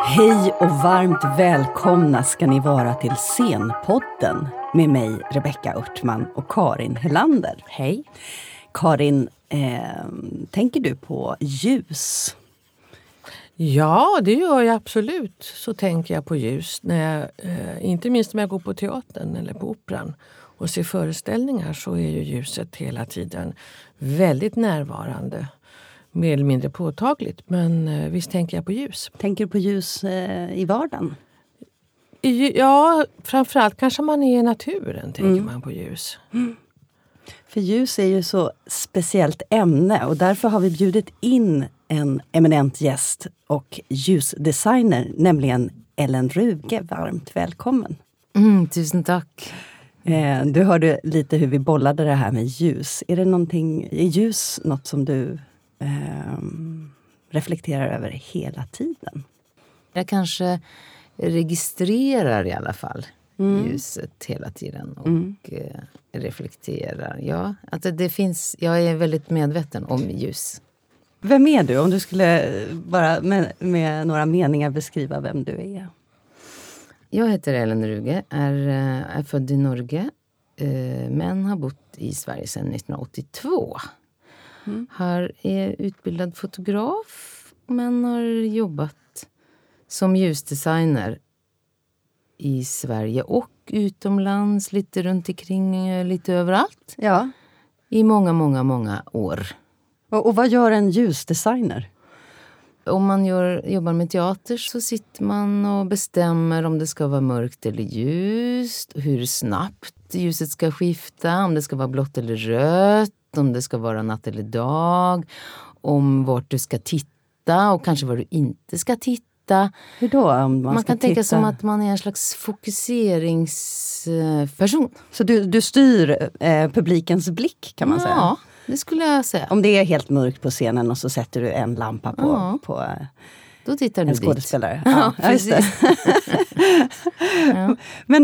Hej och varmt välkomna ska ni vara till Scenpodden med mig Rebecka Örtman och Karin Helander. Hej. Karin, tänker du på ljus? Ja, det gör jag absolut. Så tänker jag på ljus. Inte minst när jag går på teatern eller på operan och ser föreställningar så är ju ljuset hela tiden väldigt närvarande. Mer eller mindre påtagligt, men visst tänker jag på ljus. Tänker du på ljus i vardagen? Ja, framförallt kanske man är i naturen tänker man på ljus. Mm. För ljus är ju så speciellt ämne och därför har vi bjudit in en eminent gäst och ljusdesigner, nämligen Ellen Ruge. Varmt välkommen. Tusen tack. Du hörde lite hur vi bollade det här med ljus. Är ljus något som du reflekterar över hela tiden? Jag kanske registrerar i alla fall ljuset hela tiden och reflekterar. Ja, alltså jag är väldigt medveten om ljus. Vem är du? Om du skulle bara med några meningar beskriva vem du är. Jag heter Ellen Ruge, är född i Norge men har bott i Sverige sedan 1982. Här är utbildad fotograf men har jobbat som ljusdesigner i Sverige och utomlands, lite runt omkring, lite överallt. Ja. I många, många, många år. Och vad gör en ljusdesigner? Om man jobbar med teater så sitter man och bestämmer om det ska vara mörkt eller ljust, hur snabbt ljuset ska skifta, om det ska vara blått eller rött, om det ska vara natt eller dag, om vart du ska titta och kanske var du inte ska titta. Hur då? Om man kan tänka som att man är en slags fokuseringsperson. Så du styr publikens blick kan man säga? Ja, det skulle jag säga. Om det är helt mörkt på scenen och så sätter du en lampa på då tittar du en skådespelare. Dit. Ja, precis. Ja. Men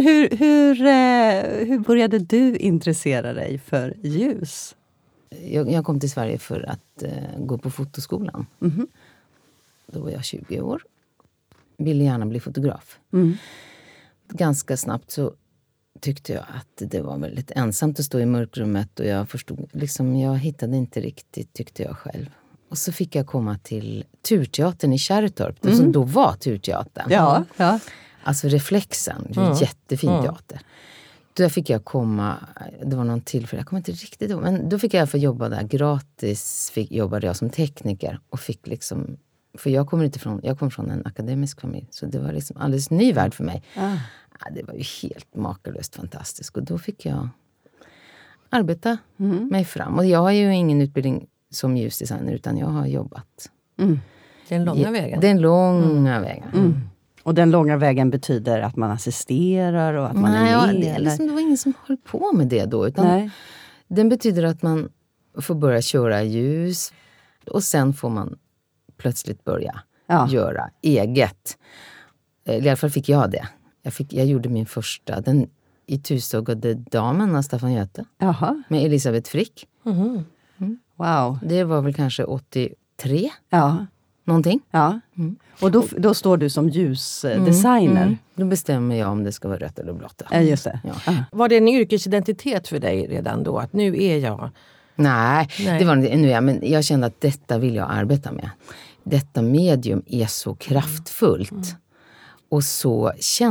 hur började du intressera dig för ljus? Jag kom till Sverige för att gå på fotoskolan. Mm-hmm. Då var jag 20 år. Ville gärna bli fotograf. Ganska snabbt så tyckte jag att det var väldigt ensamt att stå i mörkrummet. Och jag förstod, jag hittade inte riktigt, tyckte jag själv. Och så fick jag komma till Turteatern i Kärrtorp. Det som då var Turteatern. Ja. Alltså Reflexen, jättefin teater. Då fick jag komma, det var någon tillfälle, jag kommer inte riktigt ihåg, men då fick jag få jobba där gratis, jobbade jag som tekniker och fick för jag kom från en akademisk familj, så det var alldeles ny värld för mig. Ja, det var ju helt makalöst fantastiskt och då fick jag arbeta mig fram. Och jag har ju ingen utbildning som ljusdesigner utan jag har jobbat. Den långa vägen. Den långa vägen. Och den långa vägen betyder att man assisterar och att man är med? Det var ingen som höll på med det då. Utan den betyder att man får börja köra ljus. Och sen får man plötsligt börja göra eget. I alla fall fick jag det. Jag gjorde min första, i Tusågade damen av Staffan Göte. Jaha. Med Elisabeth Frick. Wow. Det var väl kanske 83. Ja. Någonting. Ja. Och då står du som ljusdesigner. Då bestämmer jag om det ska vara rött eller blått. Ja, just det. Ja. Var det en yrkesidentitet för dig redan då? Att nu är jag... Nej. Det var nu men jag kände att detta vill jag arbeta med. Detta medium är så kraftfullt. Och så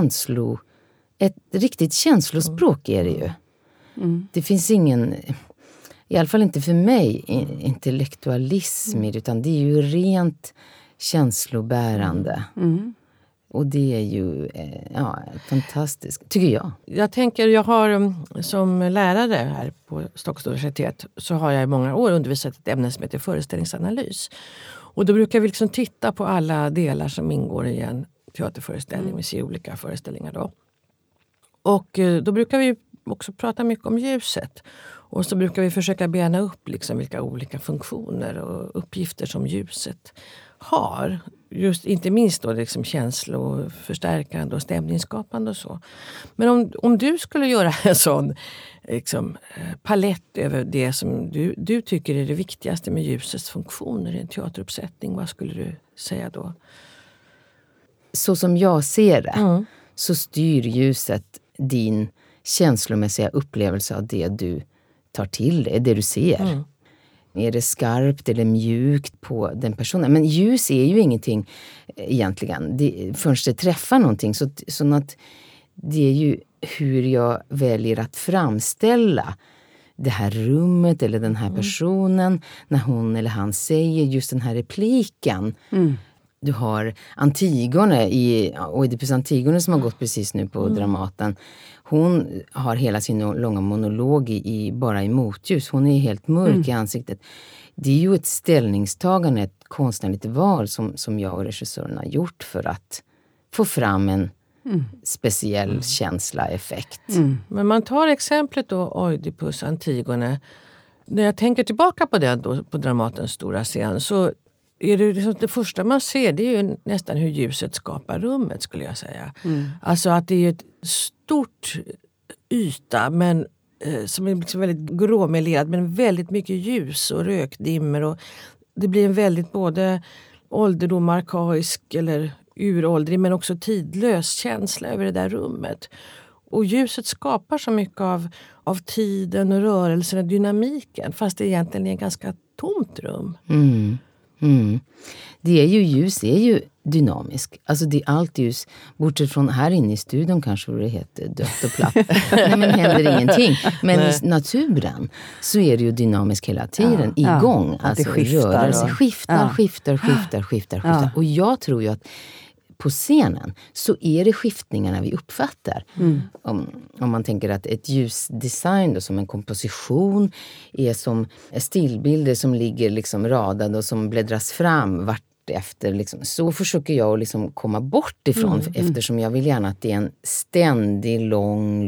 ett riktigt känslospråk är det ju. Det finns ingen... I alla fall inte för mig intellektualism utan det är ju rent känslobärande. Och det är ju fantastiskt, tycker jag. Jag tänker, jag har som lärare här på Stockholms universitet så har jag i många år undervisat ett ämne som heter föreställningsanalys. Och då brukar vi titta på alla delar som ingår i en teaterföreställning. Vi ser olika föreställningar då. Och då brukar vi också prata mycket om ljuset. Och så brukar vi försöka bena upp vilka olika funktioner och uppgifter som ljuset har. Just inte minst då känsloförstärkande och stämningsskapande och så. Men om du skulle göra en sån palett över det som du tycker är det viktigaste med ljusets funktioner i en teateruppsättning, vad skulle du säga då? så som jag ser det så styr ljuset din känslomässiga upplevelse av det du tar till dig, det du ser. Är det skarpt eller mjukt på den personen? Men ljus är ju ingenting egentligen. Förrän det träffar någonting. Så att det är ju hur jag väljer att framställa det här rummet eller den här personen när hon eller han säger just den här repliken. Du har Antigone i Oidipus Antigone som har gått precis nu på Dramaten. Hon har hela sin långa monolog bara i motljus. Hon är helt mörk i ansiktet. Det är ju ett ställningstagande, ett konstnärligt val som jag och regissören har gjort för att få fram en speciell känsla, effekt. Men man tar exemplet då Oidipus Antigone. När jag tänker tillbaka på det då, på Dramatens stora scen, så är det liksom det första man ser, det är ju nästan hur ljuset skapar rummet, skulle jag säga. Alltså att det är ett stort yta, men som är liksom väldigt gråmelerad, men väldigt mycket ljus och rökdimmer, och det blir en väldigt både ålderdom, arkaisk eller uråldrig, men också tidlös känsla över det där rummet. Och ljuset skapar så mycket av tiden och rörelsen och dynamiken, fast det egentligen är ett ganska tomt rum. Det är ju ljus, är ju dynamisk. Alltså det är allt ljus. Bortsett från här inne i studion kanske det heter dött och platt. Nej, men händer ingenting. Men i naturen så är det ju dynamisk hela tiden. Igång. Alltså rörelse. Skiftar. Och jag tror ju att på scenen så är det skiftningarna vi uppfattar. Om man tänker att ett ljusdesign då, som en komposition är som stillbilder som ligger liksom radade och som bläddras fram vart efter. Liksom. Så försöker jag liksom komma bort ifrån eftersom jag vill gärna att det är en ständig lång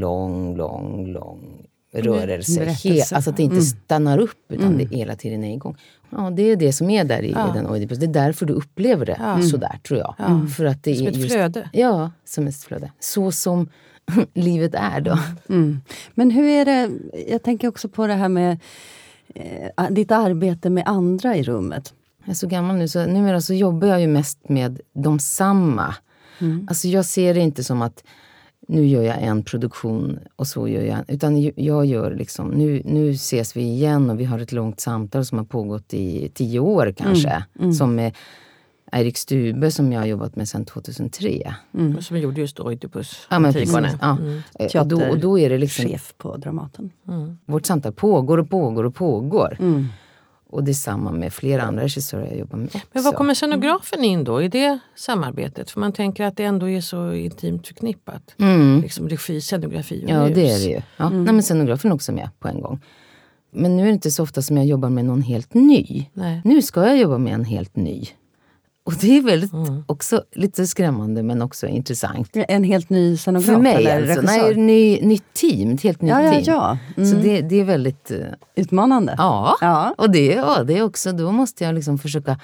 rörelse. Alltså att det inte stannar upp utan det hela tiden är igång. Ja, det är det som är där i den Oidipus. Det är därför du upplever det sådär, tror jag. För att det som är ett just, flöde. Ja, som ett flöde. Så som livet är då. Men hur är det, jag tänker också på det här med ditt arbete med andra i rummet. Jag är så gammal nu, så numera så jobbar jag ju mest med de samma. Alltså jag ser det inte som att nu gör jag en produktion och så gör jag, utan jag gör liksom, nu ses vi igen och vi har ett långt samtal som har pågått i 10 år kanske. Som med Erik Stube som jag har jobbat med sedan 2003. Som gjorde just Oidipus. Ja, men precis. Och då är det liksom chef på Dramaten. Vårt samtal pågår. Och det är samma med flera andra regissörer jag jobbar med också. Men vad kommer scenografen in då i det samarbetet? För man tänker att det ändå är så intimt förknippat. Liksom regi, scenografi och ljus. Det är det ju. Ja. Nej, men scenografen är också med på en gång. Men nu är det inte så ofta som jag jobbar med någon helt ny. Nej. Nu ska jag jobba med en helt ny. Och det är väldigt också lite skrämmande men också intressant. En helt ny scenograf? För mig eller alltså. regissör? Nej, nytt team. Ett helt nytt team. Ja. Så det är väldigt utmanande. Ja. Och det är också, då måste jag liksom försöka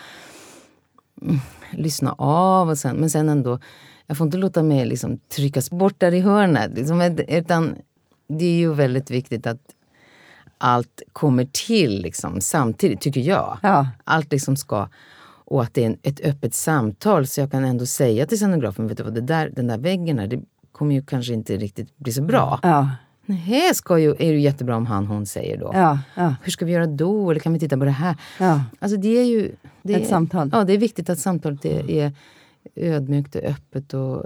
lyssna av och men sen ändå, jag får inte låta mig liksom tryckas bort där i hörnet. Liksom, utan det är ju väldigt viktigt att allt kommer till liksom, samtidigt, tycker jag. Ja. Allt liksom ska, och att det är ett öppet samtal så jag kan ändå säga till scenografen, vet du vad, den där väggen här, det kommer ju kanske inte riktigt bli så bra. Ja. Nej, är det ju jättebra om hon säger då. Ja. Hur ska vi göra då? Eller kan vi titta på det här? Ja. Alltså det är ju... Ett samtal. Ja, det är viktigt att samtalet är ödmjukt och öppet. Och,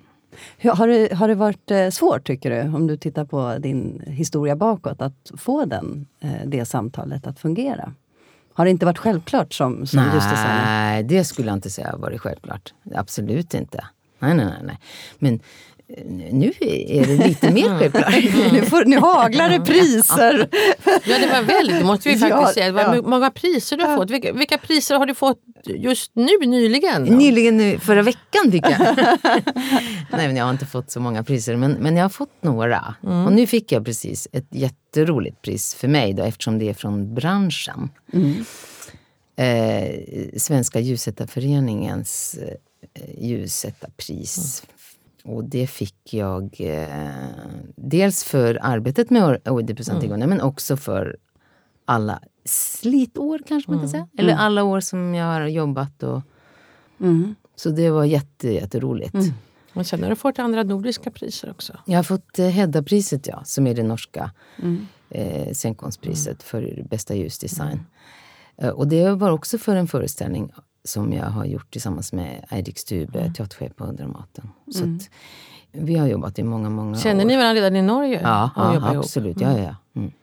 Har det varit svårt, tycker du, om du tittar på din historia bakåt, att få det samtalet att fungera? Har det inte varit självklart som just designer? Nej, det skulle jag inte säga varit självklart. Absolut inte. Nej. Men nu är det lite mer självklart. Nu haglar det priser. Ja, det var väldigt, det måste vi faktiskt säga. Det var många priser du har fått. Vilka priser har du fått just nu, nyligen? Då? Nyligen, förra veckan fick jag. Nej, men jag har inte fått så många priser. Men jag har fått några. Och nu fick jag precis ett jätteroligt pris för mig då, eftersom det är från branschen. Svenska ljussättarföreningens ljussättarpris. Och det fick jag dels för arbetet med Oidipus Antigone, men också för alla slitår kanske man kan säga. Eller alla år som jag har jobbat. Och, Så det var jätteroligt. Och sen har du fått andra nordiska priser också. Jag har fått Hedda-priset, som är det norska scenkonstpriset för bästa ljusdesign. Och det var också för en föreställning som jag har gjort tillsammans med Eirik Stube, teaterchef på Dramaten. Så att vi har jobbat i många år. Känner ni varandra redan i Norge? Ja, absolut. Ja.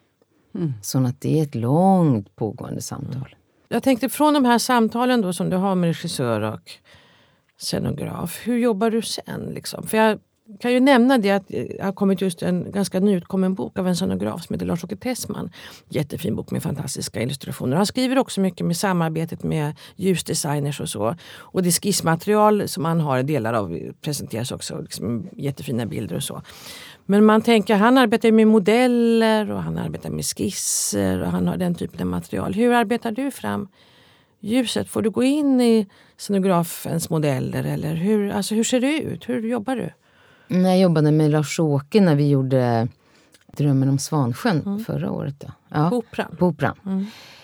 Så att det är ett långt pågående samtal. Jag tänkte från de här samtalen då som du har med regissör och scenograf. Hur jobbar du sen liksom? För jag kan ju nämna det att jag har kommit just en ganska nyutkommen bok av en scenograf som heter Lars-Åke Tessman. Jättefin bok med fantastiska illustrationer. Han skriver också mycket med samarbetet med ljusdesigners och så. Och det skissmaterial som han har delar av presenteras också. Liksom jättefina bilder och så. Men man tänker, han arbetar med modeller och han arbetar med skisser och han har den typen av material. Hur arbetar du fram ljuset? Får du gå in i scenografens modeller eller hur ser det ut? Hur jobbar du? När jag jobbade med Lars-Åke när vi gjorde Drömmen om Svansjön förra året. Då. Ja, på Operan.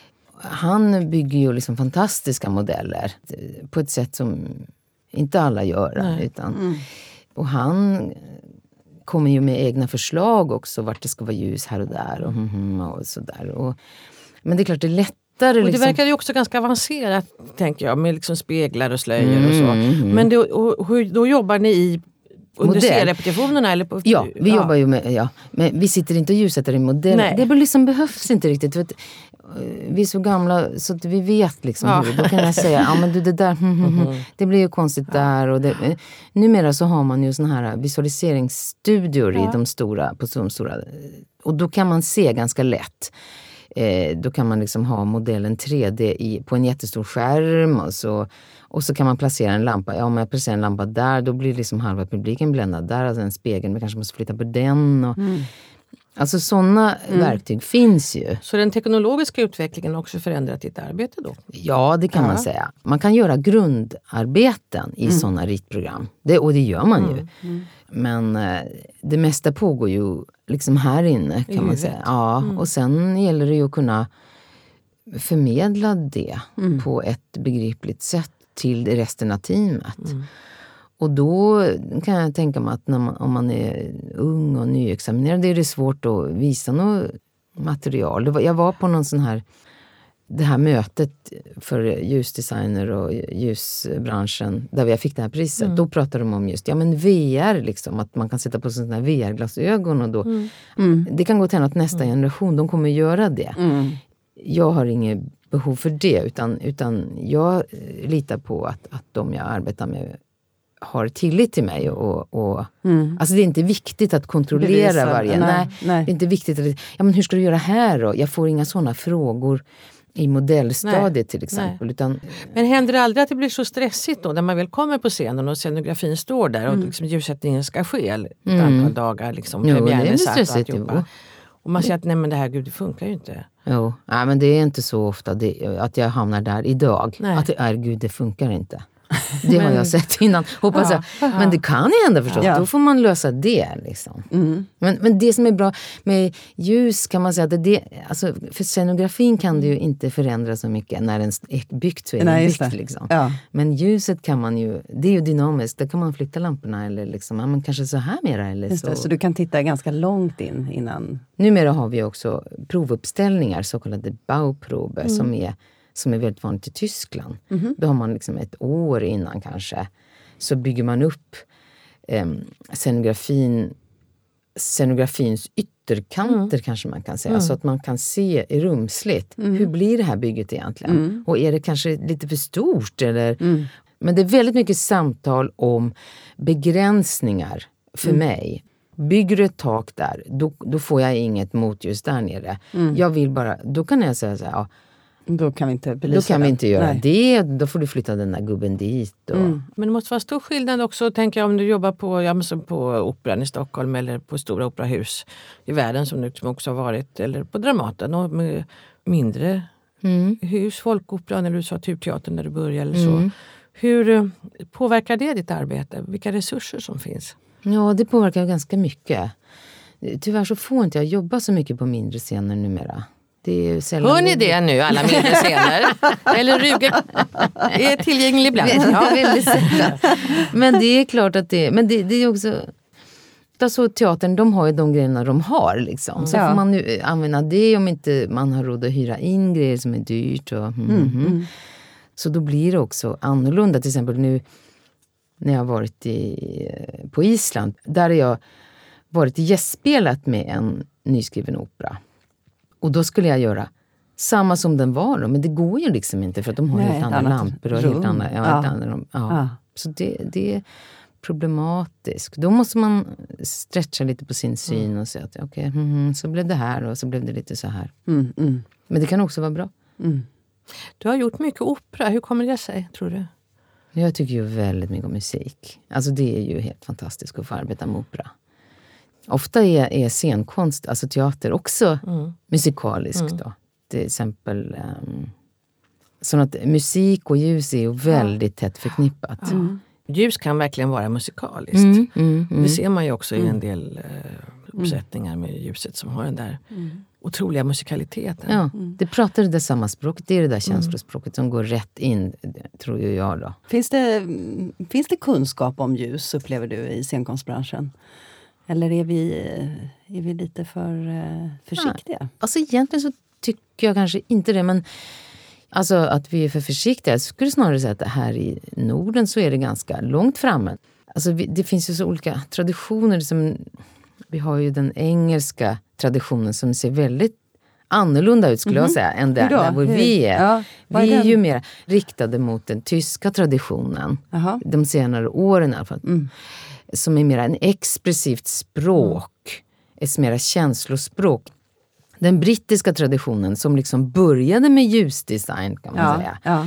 Han bygger ju liksom fantastiska modeller på ett sätt som inte alla gör. Och han kommer ju med egna förslag också vart det ska vara ljus här och där och sådär. Men det är klart det är lättare. Och det verkar ju också ganska avancerat, tänker jag, med liksom speglar och slöjor och så. Men då jobbar ni under serierepetitionerna eller på... Ja, vi jobbar ju med... Men vi sitter inte och ljussätter i modell. Nej. Det liksom behövs inte riktigt. För att, vi är så gamla så att vi vet liksom hur. Då kan jag säga, men du det där... det blir ju konstigt där. Och det, numera så har man ju såna här visualiseringsstudior i de stora... Och då kan man se ganska lätt. Då kan man liksom ha modellen 3D på en jättestor skärm och så kan man placera en lampa. Om jag placerar en lampa där, då blir liksom halva publiken bländad där. Alltså en spegel, men kanske måste flytta på den. Alltså sådana verktyg finns ju. Så den teknologiska utvecklingen har också förändrat ditt arbete då? Ja, det kan man säga. Man kan göra grundarbeten i sådana ritprogram. Och det gör man ju. Men det mesta pågår ju liksom här inne kan man säga. Ja, och sen gäller det ju att kunna förmedla det på ett begripligt sätt till resten av teamet. Och då kan jag tänka mig att om man är ung och nyexaminerad är det svårt att visa något material. Jag var på någon sån här, det här mötet för ljusdesigner och ljusbranschen där jag fick det här priset. Då pratade de om just VR liksom, att man kan sätta på sådana här VR-glasögon och då det kan gå till att nästa generation, de kommer göra det. Jag har inget behov för det utan jag litar på att de jag arbetar med har tillit till mig och alltså det är inte viktigt att kontrollera varje. Nej. Det är inte viktigt att men hur ska du göra här då? Jag får inga sådana frågor i modellstadiet till exempel. Utan, men händer det aldrig att det blir så stressigt då när man väl kommer på scenen och scenografin står där och liksom ljussättningen ska ske ett antal dagar liksom premiären satt och alltihopa. Och man säger att nej men det här det funkar ju inte. Jo, men det är inte så ofta att jag hamnar där idag. Nej. Att det funkar inte. Det har jag sett innan. Hoppas jag. Men det kan ju hända förstås. Då får man lösa det liksom. Men det som är bra med ljus kan man säga att alltså, för scenografin kan det ju inte förändra så mycket när den är byggt så är den byggt liksom. Men ljuset kan man ju, det är ju dynamiskt. Där kan man flytta lamporna eller liksom, men kanske så här mera eller just det, så du kan titta ganska långt innan. Numera har vi också provuppställningar, så kallade Bauprobe som är väldigt vanligt i Tyskland. Då har man liksom ett år innan kanske. Så bygger man upp scenografins ytterkanter kanske man kan säga. Så att man kan se rumsligt. Hur blir det här bygget egentligen? Och är det kanske lite för stort? Eller? Men det är väldigt mycket samtal om begränsningar för mig. Bygger du ett tak där, då får jag inget motljus där nere. Jag vill bara, då kan jag säga så här, då kan vi inte belysa. Då kan vi inte göra det. Då får du flytta den där gubben dit. Men det måste vara stor skillnad också, tänker jag, om du jobbar på Operan i Stockholm eller på stora operahus i världen som också har varit, eller på Dramaten och med mindre hus, Folkoperan eller du sa Turteatern där du började eller så. Hur påverkar det ditt arbete? Vilka resurser som finns? Ja, det påverkar ganska mycket. Tyvärr så får inte jag jobba så mycket på mindre scener numera. Det är sällan. Hör ni det nu, alla mindre scener? Eller Ruge är tillgänglig ibland. Men det är klart att det är också... Så teatern, de har ju de grejerna de har liksom. Så får man nu använda det om inte man har råd att hyra in grejer som är dyrt. Och, Så då blir det också annorlunda. Till exempel nu när jag har varit på Island. Där har jag varit gästspelat med en nyskriven opera. Och då skulle jag göra samma som den var då. Men det går ju liksom inte för att de har helt andra lampor och helt andra... Så det är problematiskt. Då måste man stretcha lite på sin syn och säga att okej, så blev det här och så blev det lite så här. Men det kan också vara bra. Du har gjort mycket opera. Hur kommer det sig, tror du? Jag tycker ju väldigt mycket om musik. Alltså det är ju helt fantastiskt att få arbeta med opera. Ofta är scenkonst, alltså teater, också musikalisk då. Till exempel så att musik och ljus är ju väldigt tätt förknippat. Ljus kan verkligen vara musikaliskt. Det ser man ju också i en del uppsättningar med ljuset som har den där otroliga musikaliteten. Ja, det pratar det samma språk. Det är det där känslospråket som går rätt in, tror jag då. Finns det kunskap om ljus, upplever du, i scenkonstbranschen? Eller är vi lite för försiktiga? Ja, alltså egentligen så tycker jag kanske inte det, men alltså att vi är för försiktiga. Jag skulle snarare säga att här i Norden så är det ganska långt framme. Alltså det finns ju så olika traditioner. Vi har ju den engelska traditionen som ser väldigt annorlunda ut, skulle jag säga, än där vi är. Ja, vi är ju mer riktade mot den tyska traditionen. De senare åren i alla fall. Som är mer en expressivt språk. Ett mer känslospråk. Den brittiska traditionen som liksom började med ljusdesign, kan man säga. Ja.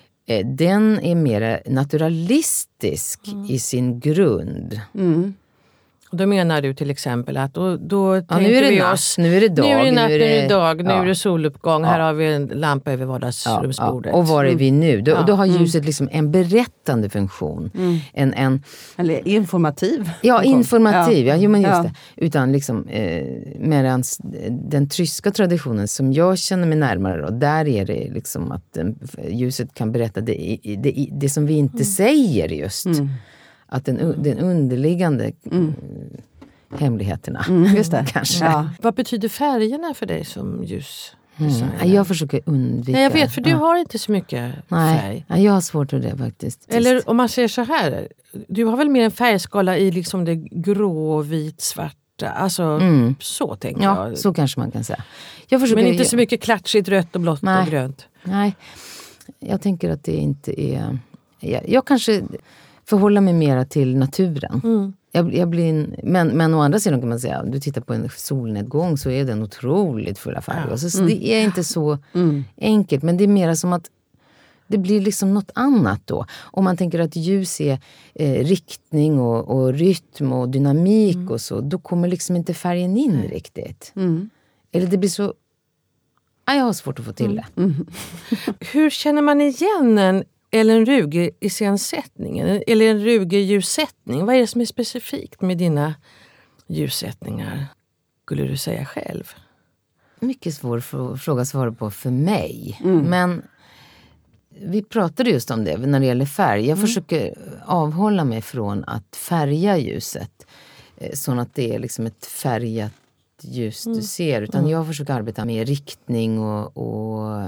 Den är mer naturalistisk i sin grund. Och då menar du till exempel att då tänker nu är det vi natt, oss... nu är det dag. Nu är det natt, nu är det dag, nu är det soluppgång. Här har vi en lampa över vardagsrumsbordet. Och var är vi nu? Då har ljuset liksom en berättande funktion. Eller informativ. Ja, informativ. Ja, men just det. Utan liksom, medan den tyska traditionen som jag känner mig närmare då, där är det liksom att ljuset kan berätta det som vi inte säger just. Att den underliggande hemligheterna. Just det. Kanske. Ja. Vad betyder färgerna för dig som ljusdesigner? Jag försöker undvika. Nej, jag vet, för du har inte så mycket färg. Nej, jag har svårt för det faktiskt. Eller om man säger så här. Du har väl mer en färgskala i liksom det grå, vit, svarta. Alltså, så tänker jag. Ja, så kanske man kan säga. Men inte så mycket klatschigt rött och blått och grönt. Nej, jag tänker att det inte är... Jag kanske... förhålla mig mera till naturen. Jag blir men å andra sidan kan man säga, du tittar på en solnedgång så är den otroligt full av färger. Så det är inte så enkelt, men det är mera som att det blir liksom något annat då. Om man tänker att ljus är riktning och rytm och dynamik och så, då kommer liksom inte färgen in riktigt. Eller det blir så... jag har svårt att få till det. Hur känner man igen en Ruge i scensättningen? Eller en Ruge ljussättning? Vad är det som är specifikt med dina ljussättningar? Skulle du säga själv? Mycket svår fråga att svara på för mig. Men vi pratade just om det när det gäller färg. Jag försöker avhålla mig från att färga ljuset. Så att det är liksom ett färgat ljus du ser. Utan jag försöker arbeta med riktning och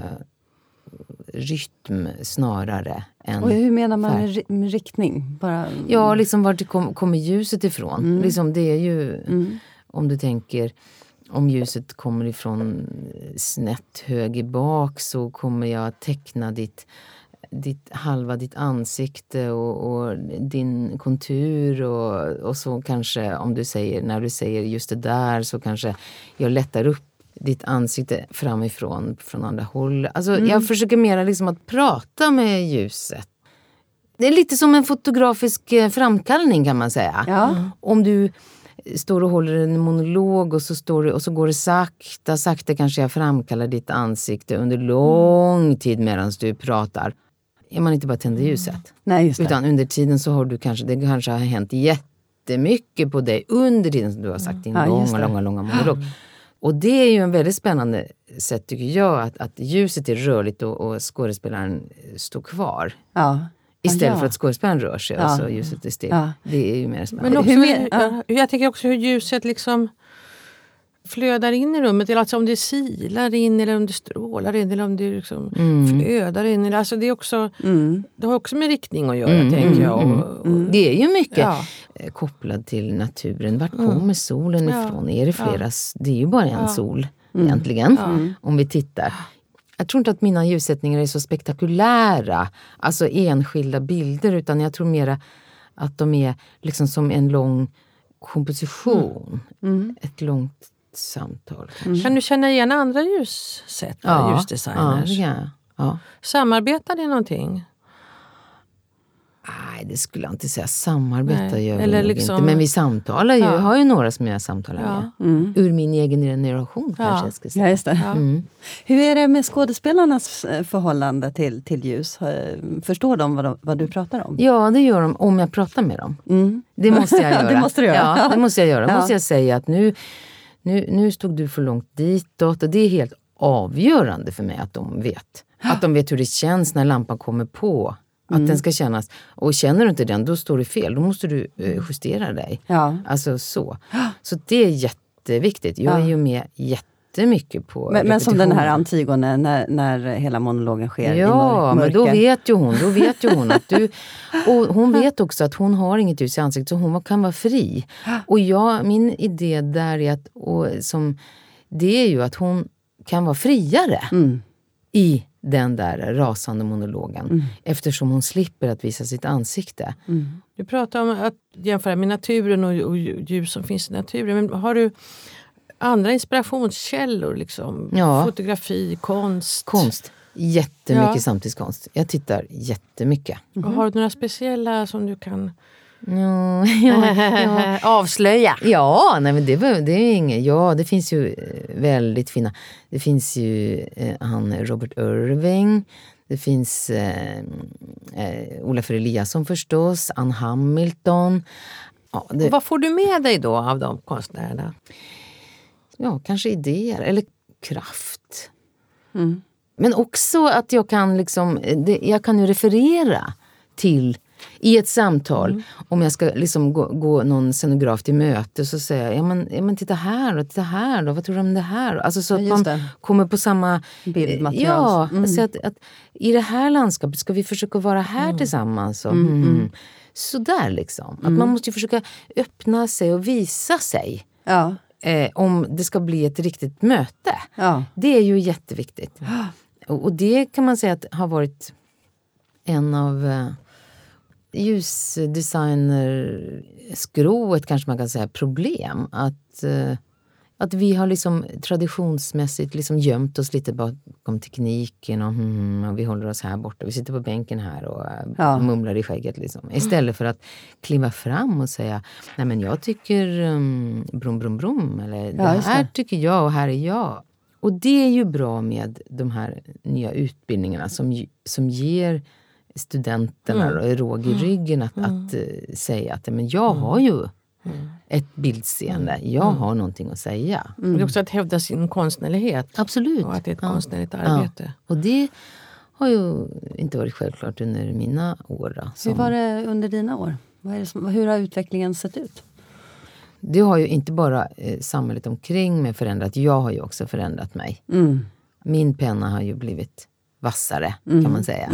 rytm snarare än... Och hur menar man med riktning? Ja, liksom var kommer ljuset ifrån. Liksom det är ju... Om du tänker... Om ljuset kommer ifrån snett höger bak så kommer jag teckna halva ditt ansikte och din kontur och så kanske när du säger just det där så kanske jag lättar upp ditt ansikte framifrån från andra håll. Alltså jag försöker mera liksom att prata med ljuset. Det är lite som en fotografisk framkallning kan man säga. Ja. Om du står och håller en monolog och så går det sakta kanske jag framkallar ditt ansikte under lång tid medan du pratar. Är man inte bara tänder ljuset. Nej, just det. Utan under tiden så har det kanske har hänt jättemycket på dig under tiden som du har sagt din långa monolog. Och det är ju en väldigt spännande sätt tycker jag att ljuset är rörligt och skådespelaren står kvar. Ja. Istället för att skådespelaren rör sig och så ljuset är still. Ja. Det är ju mer spännande. Men också, jag tänker också hur ljuset liksom flödar in i rummet. Alltså om det silar in eller om det strålar in eller om det liksom flödar in. Alltså det, är också, det har också med riktning att göra tänker jag. Det är ju mycket kopplat till naturen. Vart kommer solen ifrån? Är det flera? Det är ju bara en sol egentligen om vi tittar. Jag tror inte att mina ljussättningar är så spektakulära. Alltså enskilda bilder utan jag tror mera att de är liksom som en lång komposition. Ett långt samtal. Kan du känna igen andra ljussätt? Ljusdesigners? Ja. Samarbetar det någonting? Nej, det skulle jag inte säga. Samarbeta gör eller vi liksom, inte. Men vi samtalar ju. Jag har ju några som jag samtalar med. Ur min egen generation kanske jag ska säga. Ja, just det. Hur är det med skådespelarnas förhållande till ljus? Förstår de vad du pratar om? Ja, det gör de om jag pratar med dem. Det måste jag göra. Det måste du göra. Ja, det måste jag göra. Måste jag säga att nu stod du för långt ditåt. Och det är helt avgörande för mig att de vet. Att de vet hur det känns när lampan kommer på. Att den ska kännas. Och känner du inte den, då står det fel. Då måste du justera dig. Ja. Alltså så. Så det är jätteviktigt. Jag är ju med jättemycket på men som den här Antigone när hela monologen sker i mörker. Ja, men då vet ju hon att du... Och hon vet också att hon har inget ljus i ansiktet så hon kan vara fri. Och min idé där är att... det är ju att hon kan vara friare i den där rasande monologen. Eftersom hon slipper att visa sitt ansikte. Du pratar om att jämföra med naturen och ljus som finns i naturen. Men har du andra inspirationskällor? Liksom? Ja. Fotografi, konst? Konst. Jättemycket samtidskonst. Jag tittar jättemycket. Och har du några speciella som du kan... avslöja. Ja, nej men det är inget. Ja, det finns ju väldigt fina. Det finns ju Robert Irving. Det finns Olaf Eliasson förstås, Ann Hamilton. Ja, och vad får du med dig då av de konstnärerna? Ja, kanske idéer eller kraft. Men också att jag kan jag kan ju referera till i ett samtal, om jag ska liksom gå någon scenograf till möte så säger jag, ja men titta här då, vad tror du om det här? Alltså så att man kommer på samma bildmaterial. Ja, så att i det här landskapet ska vi försöka vara här tillsammans. Så där liksom. Att man måste ju försöka öppna sig och visa sig. Ja. Om det ska bli ett riktigt möte. Ja. Det är ju jätteviktigt. Och det kan man säga att har varit en av ljusdesigner-skrået kanske man kan säga problem. Att vi har liksom traditionsmässigt liksom gömt oss lite bakom tekniken och vi håller oss här borta. Vi sitter på bänken här och mumlar i skägget liksom. Istället för att kliva fram och säga, nej men jag tycker brum brum brum eller det här tycker jag och här är jag. Och det är ju bra med de här nya utbildningarna som ger studenterna råg i ryggen att säga att men jag har ju ett bildseende. Jag har någonting att säga. Det är också att hävda sin konstnärlighet. Absolut. Och att det är ett konstnärligt arbete. Ja. Och det har ju inte varit självklart under mina år. Hur var det under dina år? Hur har utvecklingen sett ut? Det har ju inte bara samhället omkring mig förändrat. Jag har ju också förändrat mig. Min penna har ju blivit vassare kan man säga.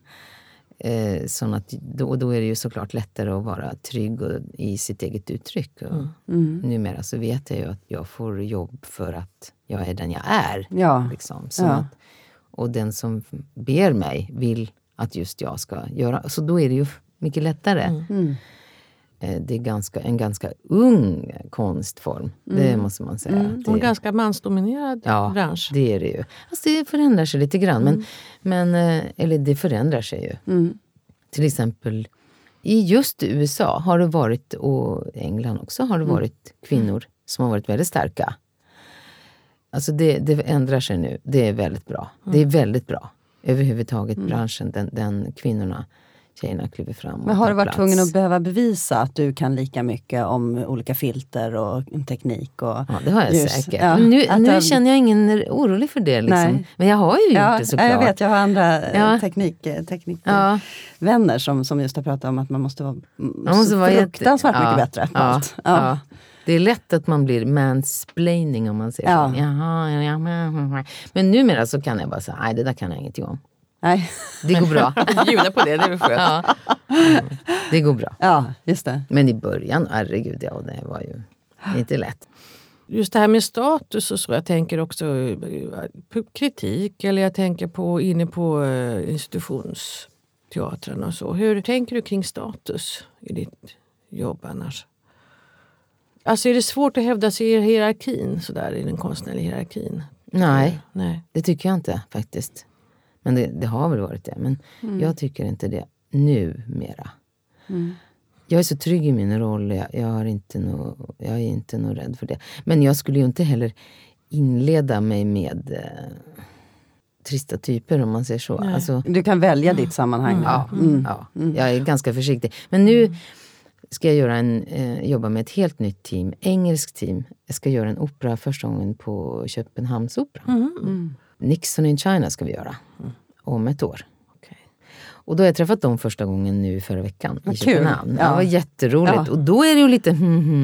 Så att då är det ju såklart lättare att vara trygg i sitt eget uttryck. Och numera så vet jag ju att jag får jobb för att jag är den jag är. Ja. Liksom. Och den som ber mig vill att just jag ska göra. Så då är det ju mycket lättare. Det är en ganska ung konstform. Det måste man säga. Och en ganska mansdominerad bransch. Ja, det är det ju. Alltså det förändrar sig lite grann. Eller det förändrar sig ju. Till exempel i just USA har det varit, och England också har det varit kvinnor som har varit väldigt starka. Alltså det ändrar sig nu. Det är väldigt bra. Det är väldigt bra. Överhuvudtaget branschen, den kvinnorna tjejerna kliver fram. Men har du varit plats. tvungen att behöva bevisa att du kan lika mycket om olika filter och teknik? Och ja, det har jag ljus? säkert. Ja, Nu känner jag ingen orolig för det. Liksom. Nej. Men jag har ju gjort det såklart. Jag vet, jag har andra Ja. teknikvänner som just har pratat om att man måste vara, fruktansvärt mycket bättre på allt. Ja. Det är lätt att man blir mansplaining om man säger så. Jaha. Men numera så kan jag bara säga, nej det där kan jag ingenting om. Nej. Det går bra. Bjuda på det är väl skönt. Ja. Det går bra. Ja, just det. Men i början, herregud, det var ju inte lätt. Just det här med status och så, jag tänker också på kritik, eller jag tänker på inne på institutionsteatern och så. Hur tänker du kring status i ditt jobb annars? Alltså är det svårt att hävda sig i hierarkin, sådär, i den konstnärliga hierarkin? Nej, Nej. det tycker jag inte faktiskt. Men det har väl varit det. Men jag tycker inte det nu mera. Jag är så trygg i min roll. Jag är inte nog rädd för det. Men jag skulle ju inte heller inleda mig med trista typer om man säger så. Alltså, Du kan välja ditt sammanhang. ja, jag är ganska försiktig. Men nu ska jag jobba med ett helt nytt team. Engelskt team. Jag ska göra en opera första gången på Köpenhamnsoperan. Nixon in China ska vi göra. Om ett år. Okay. Och då har jag träffat dem första gången nu förra veckan i Köpenhamn. Ja. Det var jätteroligt. Ja. Och då är det ju lite,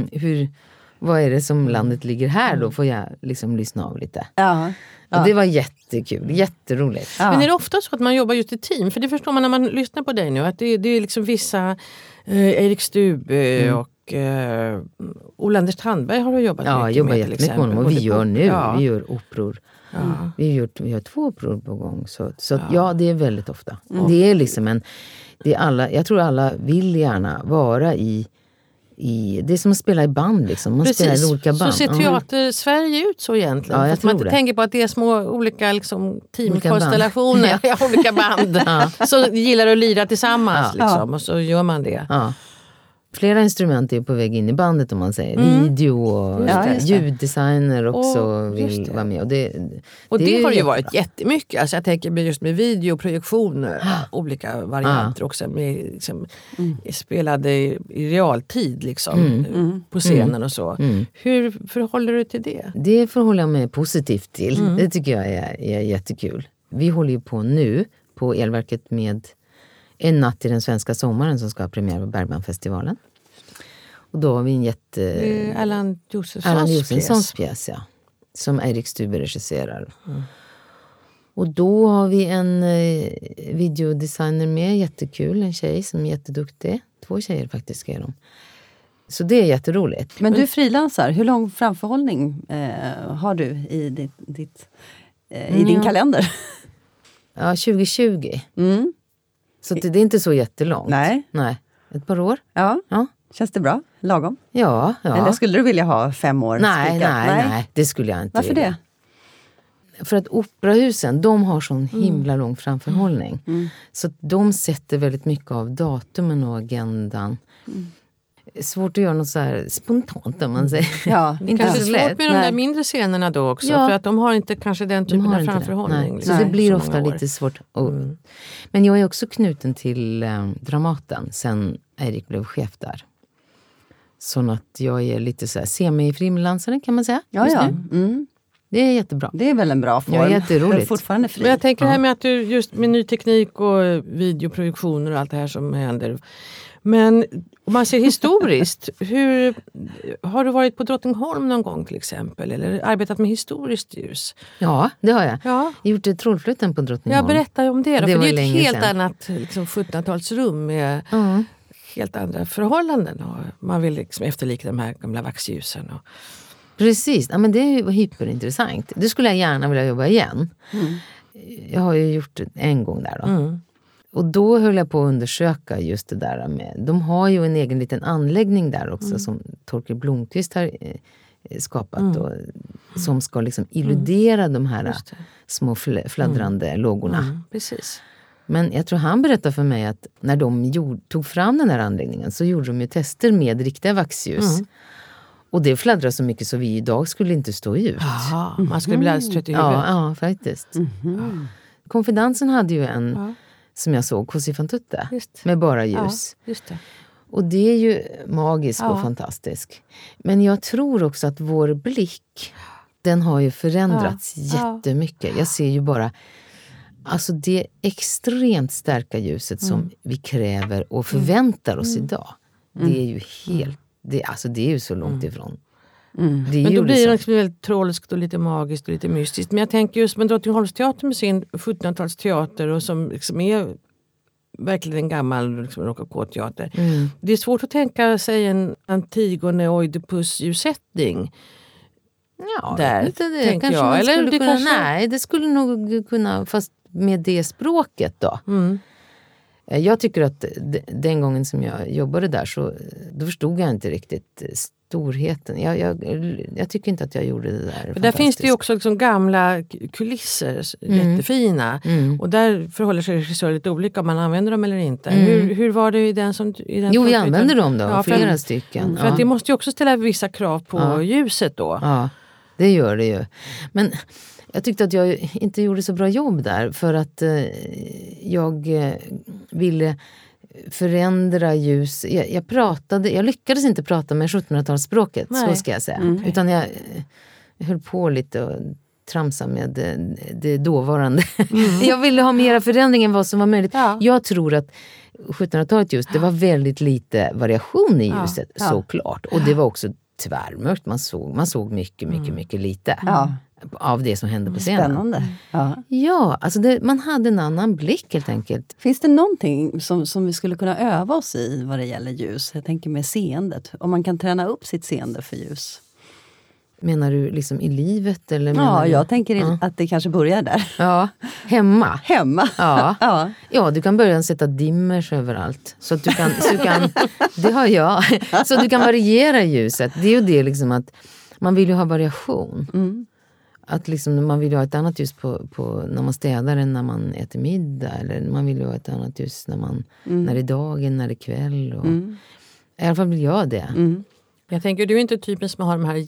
vad är det som landet ligger här då? Får jag liksom lyssna av lite. Ja. Och det var jättekul, jätteroligt. Ja. Men är det ofta så att man jobbar just i team? För det förstår man när man lyssnar på dig nu. Att det är liksom vissa, Erik Stube och Ola-Anders Tandberg har du jobbat mycket med. Ja, jobbar jättemycket med honom. Och vi gör nu, vi gör operor. Ja. Vi har 2 operor på gång. Så ja, det är väldigt ofta. Det är liksom jag tror alla vill gärna vara i det är som att spela i band liksom. Man spelar i olika band. Så ser teater-Sverige ut så egentligen? Ja, jag att man tror det. tänker på att det är små olika liksom, teamkonstellationer, olika band. Så gillar att lira tillsammans liksom, och så gör man det. Ja. Flera instrument är på väg in i bandet om man säger. Video och ljuddesigner också vill vara med. Och det har ju varit jättemycket. Alltså jag tänker just med videoproduktioner, olika varianter också. Med, liksom, spelade i realtid liksom, på scenen och så. Hur förhåller du till det? Det förhåller jag mig positivt till. Det tycker jag är jättekul. Vi håller ju på nu på Elverket med En natt i den svenska sommaren som ska ha premiär på Bergmanfestivalen. Och då har vi en Allan Josefssons pjäs, ja. Som Erik Stube regisserar. Och då har vi en videodesigner med, jättekul. En tjej som är jätteduktig. 2 tjejer faktiskt är de. Så det är jätteroligt. Men du frilansar, hur lång framförhållning har du i din kalender? Ja, 2020. Så det är inte så jättelångt. Nej. Ett par år. Ja. Känns det bra? Lagom? Ja. Eller skulle du vilja ha 5 år? Nej, det skulle jag inte Varför vilja. Det? För att operahusen, de har sån himla lång framförhållning. Så att de sätter väldigt mycket av datumen och agendan. Svårt att göra något så här spontant om man säger. Ja, inte kanske så svårt med de där mindre scenerna då också. För att de har inte kanske den typen av framförhållning. Liksom, så det blir ofta lite svårt. Men jag är också knuten till Dramaten sen Erik blev chef där. Så att jag är lite så här semi-frimlansare kan man säga. Ja. Det är jättebra. Det är väl en bra form. Ja, jätteroligt. Det är fortfarande fri. Men jag tänker här med att du just med ny teknik och videoproduktioner och allt det här som händer. Men om man ser historiskt, har du varit på Drottningholm någon gång till exempel? Eller arbetat med historiskt ljus? Ja, det har jag. Ja. Jag har gjort Trollflöjten på Drottningholm. Jag berättar om det då, Det för det är var ett länge helt sedan. annat liksom, 1700-talsrum med helt andra förhållanden. Och man vill liksom efterlikna de här gamla vaxljusen. Och... Precis, ja, men det är ju hyperintressant. Det skulle jag gärna vilja jobba igen. Jag har ju gjort det en gång där då. Och då höll jag på att undersöka just det där med... De har ju en egen liten anläggning där också som Torkel Blomqvist har skapat. Och, som ska liksom illudera de här små fladdrande lågorna. Precis. Men jag tror han berättade för mig att när de tog fram den här anläggningen så gjorde de ju tester med riktiga vaxljus. Och det fladdrar så mycket så vi idag skulle inte stå ut. Aha, man skulle bli alldeles trött i huvudet. Ja, faktiskt. Konfidensen hade ju en som jag såg hos Ifan Tutte. Just. Med bara ljus. Ja, just det. Och det är ju magisk och fantastisk. Men jag tror också att vår blick, den har ju förändrats jättemycket. Jag ser ju bara, alltså det extremt starka ljuset som vi kräver och förväntar oss idag. Det är ju helt, det är ju så långt ifrån. Det Men då blir det liksom väldigt trolskt och lite magiskt och lite mystiskt. Men jag tänker just med Drottningholmsteatern med sin 1700-talsteater och som liksom är verkligen en gammal liksom, rokoko-teater. Det är svårt att tänka sig en Antigone och Oidipus-ljussättning. Ja, där, inte det. tänker Kanske jag. man Eller skulle det kunna, kanske... nej, det skulle nog kunna, fast med det språket då. Jag tycker att den gången som jag jobbade där så då förstod jag inte riktigt storheten. Jag tycker inte att jag gjorde det där. Där finns det ju också liksom gamla kulisser, jättefina. Och där förhåller sig regissörer lite olika om man använder dem eller inte. Hur var det i den som... Jo, vi använder dem då, flera stycken. För att det måste ju också ställa vissa krav på ljuset då. Ja, det gör det ju. Men jag tyckte att jag inte gjorde så bra jobb där för att jag ville förändra ljus. Jag lyckades inte prata med 1700-talsspråket, så ska jag säga. Utan jag höll på lite och tramsa med det dåvarande. Jag ville ha mera förändring än vad som var möjligt. Ja. Jag tror att 1700-talet just, det var väldigt lite variation i ljuset, såklart. Och det var också tvärmörkt. Man såg mycket lite. Av det som hände på scenen. Spännande. Ja, alltså man hade en annan blick helt enkelt. Finns det någonting som vi skulle kunna öva oss i vad det gäller ljus? Jag tänker med seendet. Om man kan träna upp sitt seende för ljus. Menar du liksom i livet? Eller jag tänker att det kanske börjar där. Ja, hemma. Ja, du kan börja sätta dimmers överallt. Så att du kan det har jag. Så att du kan variera ljuset. Det är ju det liksom att man vill ju ha variation. Att liksom, man vill ju ha ett annat ljus på när man städar än när man äter middag. Eller man vill ju ha ett annat ljus när det är dagen, när det är kväll. Och, i alla fall vill jag det. Jag tänker, du är inte typen som har de här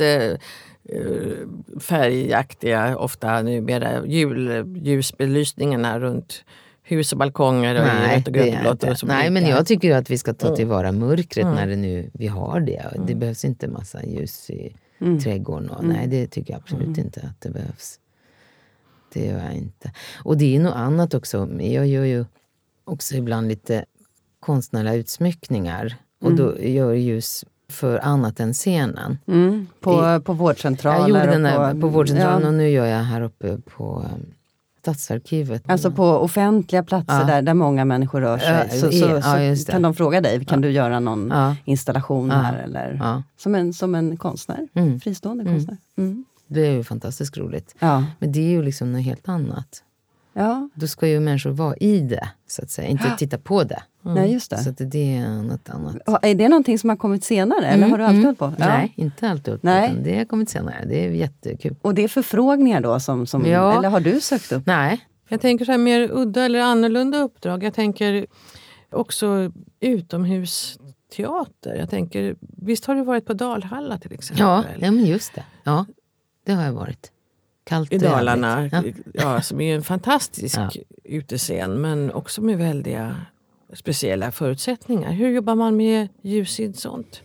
jättefärgaktiga, ofta numera julljusbelysningarna runt hus och balkonger och rött och grönblått. Nej, men jag tycker att vi ska ta tillvara mörkret när det nu vi har det. Det behövs inte massa ljus i trädgården. Nej, det tycker jag absolut inte att det behövs. Det gör jag inte. Och det är något annat också. Jag gör ju också ibland lite konstnärliga utsmyckningar. Och då gör ljus för annat än scenen. På vårdcentraler. Jag gjorde den på vårdcentralen och nu gör jag här uppe på Stadsarkivet. Alltså på offentliga platser där många människor rör sig. Så kan de fråga dig, kan du göra någon installation här? Eller, som en konstnär, fristående konstnär. Det är ju fantastiskt roligt. Men det är ju liksom något helt annat. Då ska ju människor vara i det, så att säga. Inte titta på det. Nej, just det. Så att det är något annat. Är det någonting som har kommit senare? Eller har du alltid hållit på? Nej, inte alltid hållit på. Nej. Det har kommit senare. Det är jättekul. Och det är förfrågningar då? Eller har du sökt upp? Nej. Jag tänker så här mer udda eller annorlunda uppdrag. Jag tänker också utomhusteater. Jag tänker, visst har du varit på Dalhalla till exempel? Ja, men just det. Ja, det har jag varit. Kallt i Dalarna. Som är en fantastisk utescen, men också med väldiga speciella förutsättningar. Hur jobbar man med ljus i sånt?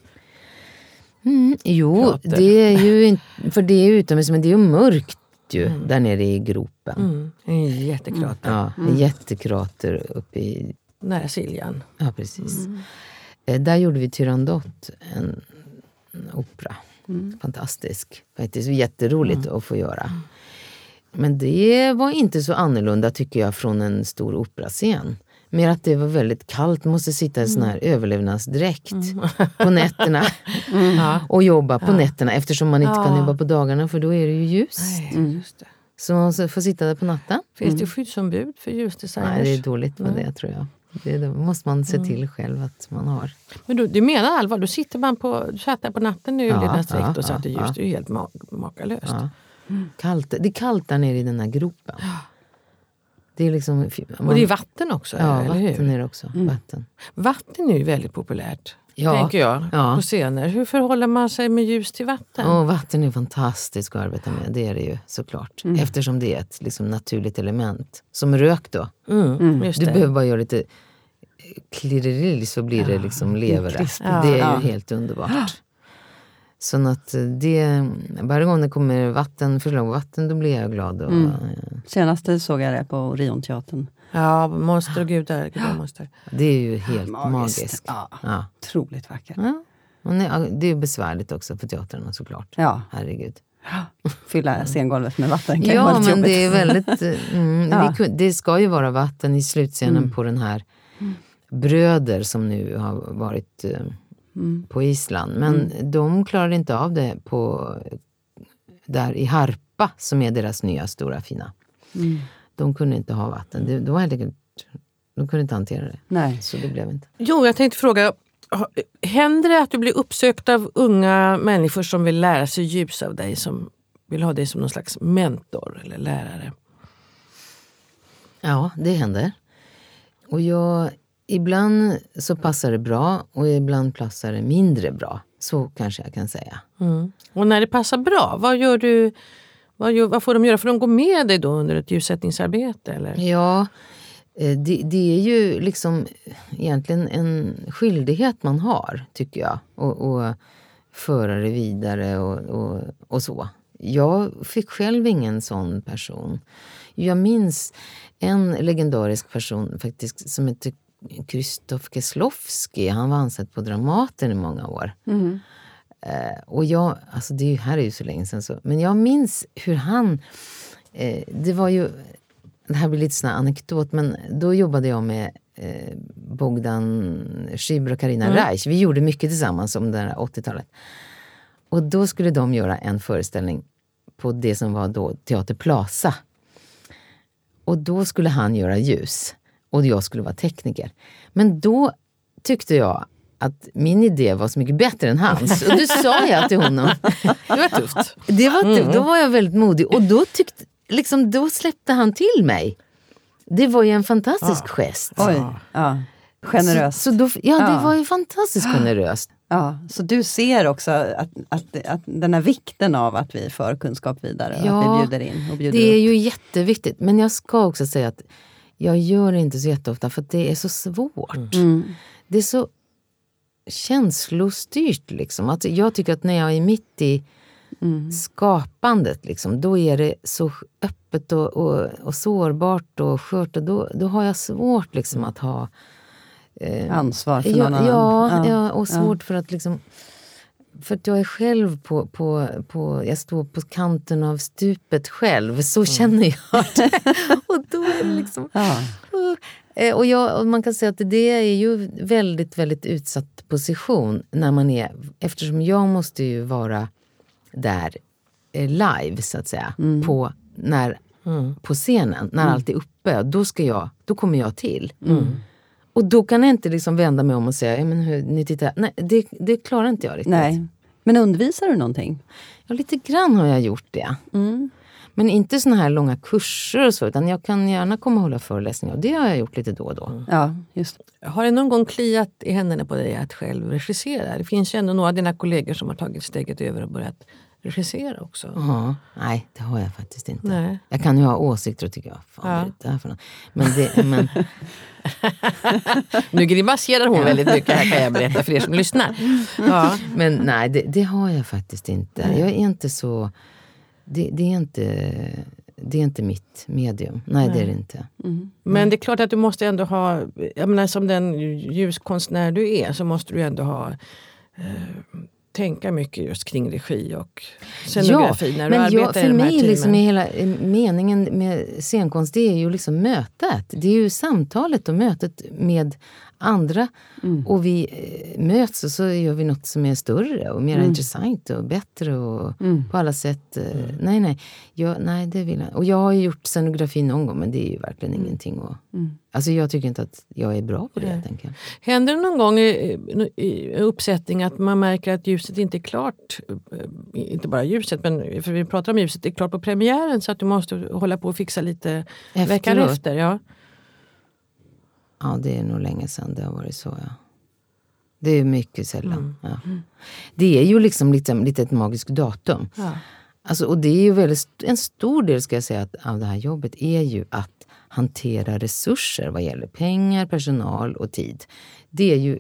Teater? Det är ju inte, för det är utomhus, men det är ju mörkt ju där nere i gropen. En jättekrater. En jättekrater uppe i... Nära Siljan. Ja, precis. Där gjorde vi Turandot, en opera. Fantastisk. Faktiskt jätteroligt att få göra. Men det var inte så annorlunda tycker jag från en stor operascen. Mer att det var väldigt kallt. Man måste sitta i sån här överlevnadsdräkt på nätterna. Och jobba på nätterna eftersom man inte kan jobba på dagarna för då är det ju ljust. Just det. Så man får sitta där på natten. Finns det skyddsombud för ljusdesigners? Nej, det är dåligt med det tror jag. Det måste man se till själv att man har. Men du menar allvar? Då sitter man satt där på natten nu i överlevnadsdräkt och satte ljus. Det är ju helt makalöst. Kallt. Det är kallt där nere i den här gropen. Det är liksom, och det är vatten också, ja, eller hur? Vatten är det också. Vatten är ju väldigt populärt, ja, tänker jag, på scener. Hur förhåller man sig med ljus till vatten? Vatten är fantastiskt att arbeta med, det är det ju såklart. Eftersom det är ett liksom, naturligt element. Som rök då. Just du det. behöver bara göra lite klirrelill så blir det liksom levare. Det är ju helt underbart. Så att varje gång det kommer förslag på vatten, då blir jag glad. Och, Senaste såg jag det på Orionteatern. Ja, monster och gudamonster. Det är ju helt magiskt. Ja. Otroligt vackert. Ja. Och det är besvärligt också för teatrarna såklart. Ja. Herregud. Fylla scengolvet med vatten. Ja, men det är väldigt... det ska ju vara vatten i slutscenen på den här Bröder som nu har varit på Island. Men de klarar inte av det där i Harpa som är deras nya stora fina. De kunde inte ha vatten. De var helt enkelt, de kunde inte hantera det. Nej. Så det blev inte. Jo, jag tänkte fråga, händer det att du blir uppsökt av unga människor som vill lära sig ljus av dig, som vill ha dig som någon slags mentor eller lärare? Ja, det händer. Och ibland så passar det bra och ibland passar det mindre bra. Så kanske jag kan säga. Och när det passar bra, vad gör du? Vad får de göra? Får de gå med dig då under ett ljussättningsarbete? Eller? Ja, det är ju liksom egentligen en skyldighet man har, tycker jag. Och föra det vidare och så. Jag fick själv ingen sån person. Jag minns en legendarisk person faktiskt som heter Krzysztof Kieslowski. Han var ansatt på Dramaten i många år. Och alltså här är ju så länge sedan så. Men jag minns hur han, det var ju, det här blir lite sån här anekdot, men då jobbade jag med Bogdan Schieber och Carina Reich. Vi gjorde mycket tillsammans om det här 80-talet. Och då skulle de göra en föreställning på det som var då Teater Plaza. Och då skulle han göra ljus. Och jag skulle vara tekniker. Men då tyckte jag att min idé var så mycket bättre än hans. Och då sa jag till honom. Det var tufft. Det var tufft. Då var jag väldigt modig. Och då släppte han till mig. Det var ju en fantastisk gest. Oj, generöst. Det var ju fantastiskt generöst. Ja, så du ser också att den här vikten av att vi för kunskap vidare. Att vi bjuder in och bjuder det är upp. ju jätteviktigt. Men jag ska också säga att jag gör det inte så jätteofta för att det är så svårt. Det är så känslostyrt liksom. Att jag tycker att när jag är mitt i skapandet liksom, då är det så öppet och sårbart och skört. Och då har jag svårt liksom att ha ansvar för någon annan. Ja, och svårt för att liksom, för att jag är själv jag står på kanten av stupet själv, så känner jag det. Och då är det liksom och man kan säga att det är ju väldigt, väldigt utsatt position när man är, eftersom jag måste ju vara där live så att säga på scenen, när allt är uppe, då kommer jag till. Och då kan jag inte liksom vända mig om och säga, men hur, ni tittar. Nej, det klarar inte jag riktigt. Nej. Men undervisar du någonting? Ja, lite grann har jag gjort det. Men inte såna här långa kurser och så, utan jag kan gärna komma och hålla föreläsningar. Och det har jag gjort lite då och då. Ja, just det. Har det någon gång kliat i händerna på dig att själv regissera? Det finns ju ändå några av dina kollegor som har tagit steget över och börjat regissera också. Nej, det har jag faktiskt inte. Nej. Jag kan ju ha åsikter och tycka, fan är det där för något? Men nu grimaserar hon väldigt mycket här, kan jag berätta för er som lyssnar. Ja. Men nej, det har jag faktiskt inte. Jag är inte så... Det är inte mitt medium. Nej, det är det inte. Men det är klart att du måste ändå ha... Jag menar, som den ljuskonstnär du är så måste du ändå ha... tänka mycket just kring regi och scenografi när du arbetar i de här mig teamen. Liksom är hela meningen med scenkonst, det är ju liksom mötet. Det är ju samtalet och mötet med andra. Och vi möts och så gör vi något som är större och mer intressant och bättre och på alla sätt. Nej, det vill jag. Och jag har ju gjort scenografi någon gång, men det är ju verkligen ingenting. Alltså jag tycker inte att jag är bra på det, helt enkelt. Händer det någon gång i uppsättning att man märker att ljuset inte är klart, inte bara ljuset, men för vi pratar om ljuset, är klart på premiären så att du måste hålla på och fixa lite veckan efter? Ja, det är nog länge sedan det har varit så, ja. Det är mycket sällan. Ja. Det är ju liksom lite ett magiskt datum. Ja. Alltså, och det är ju väldigt, en stor del ska jag säga av det här jobbet är ju att hantera resurser vad gäller pengar, personal och tid. Det är ju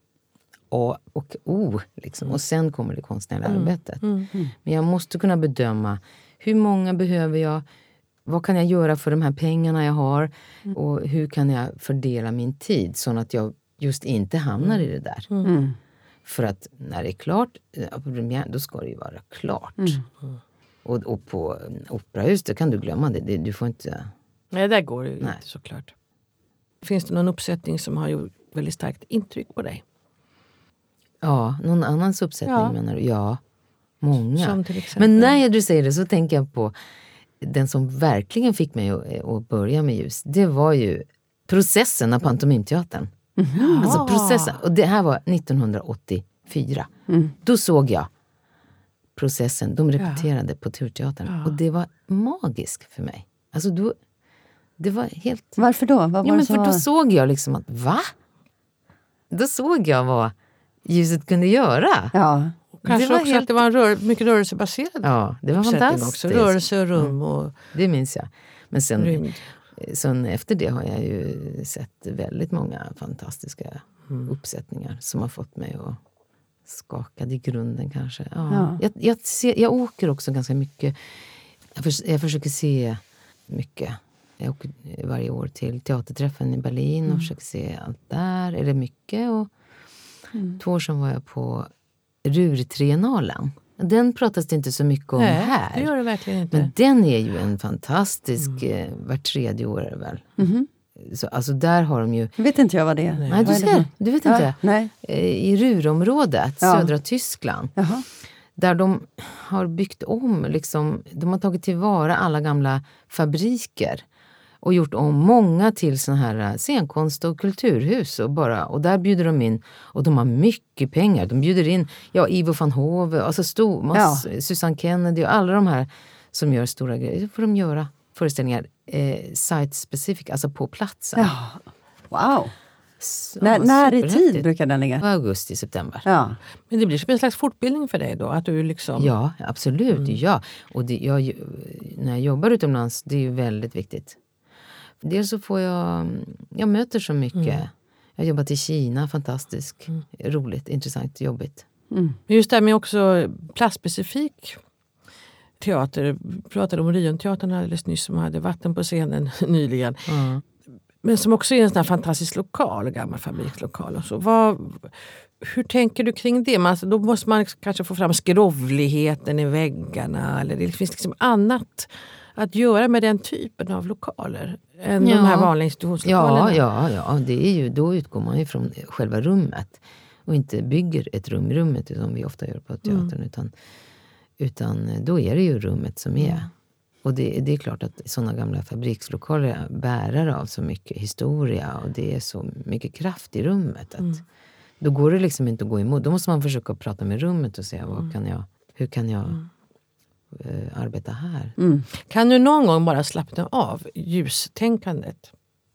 A och O liksom. Och sen kommer det konstnärliga arbetet. Men jag måste kunna bedöma hur många behöver jag, vad kan jag göra för de här pengarna jag har och hur kan jag fördela min tid så att jag just inte hamnar i det där. För att när det är klart på premiär, då ska det ju vara klart. Och på operahus, då kan du glömma det. Du får inte... Nej, där går det ju inte såklart. Finns det någon uppsättning som har gjort väldigt starkt intryck på dig? Ja, någon annans uppsättning menar du? Ja, många. Som till exempel. Men när du säger det så tänker jag på den som verkligen fick mig att börja med ljus. Det var ju processen av pantomimteatern. Alltså processen. Och det här var 1984. Då såg jag processen. De repeterade på Turteatern. Och det var magiskt för mig. Alltså då, det var helt... Varför då? Vad var det för då såg jag liksom att, Då såg jag vad ljuset kunde göra. Ja. Kanske det var också att det var mycket rörelsebaserad. Ja, det var fantastiskt. Också. Rörelse och rum. Och det minns jag. Men sen efter det har jag ju sett väldigt många fantastiska uppsättningar som har fått mig att skaka i grunden kanske. Ja. Jag åker också ganska mycket. Jag försöker se mycket. Jag åker varje år till teaterträffen i Berlin och försöker se allt där. Är det mycket? Och 2 år sedan var jag på Ruhrtriennalen. Den pratas det inte så mycket om här. Det gör det verkligen inte. Men den är ju en fantastisk, vart 3:e år är det väl. Så, alltså där har de ju... Vet inte jag vad det är. Nej, du ser. Du vet inte. Nej. I Ruhrområdet, södra Tyskland. Jaha. Där de har byggt om, liksom, de har tagit tillvara alla gamla fabriker. Och gjort om många till såna här scenkonst- och kulturhus. Och där bjuder de in. Och de har mycket pengar. De bjuder in Ivo van Hove, alltså Susanne Kennedy och alla de här som gör stora grejer. Då får de göra föreställningar site-specific, alltså på platsen. Ja. Wow! När i tid brukar den ligga? Augusti, september. Ja. Men det blir som en slags fortbildning för dig då? Att du liksom... Ja, absolut. Ja. Och när jag jobbar utomlands, det är ju väldigt viktigt. Dels så får jag möter så mycket. Jag har jobbat i Kina, fantastiskt. Roligt, intressant, jobbigt. Just det här med också plastspecifik teater. Vi pratade om Orionteatern alldeles nyss som hade vatten på scenen nyligen. Men som också är en sån här fantastisk lokal, gammal fabrikslokal. Och så. Hur tänker du kring det? Alltså, då måste man kanske få fram skrovligheten i väggarna. Eller det finns liksom annat att göra med den typen av lokaler än de här vanliga institutionslokalerna. Ja, det är ju, då utgår man ju från själva rummet och inte bygger ett rum i rummet som vi ofta gör på teatern utan då är det ju rummet som är. Och det är klart att sådana gamla fabrikslokaler bärar av så mycket historia och det är så mycket kraft i rummet att då går det liksom inte att gå emot. Då måste man försöka prata med rummet och säga hur kan jag arbeta här. Kan du någon gång bara slappna av ljustänkandet?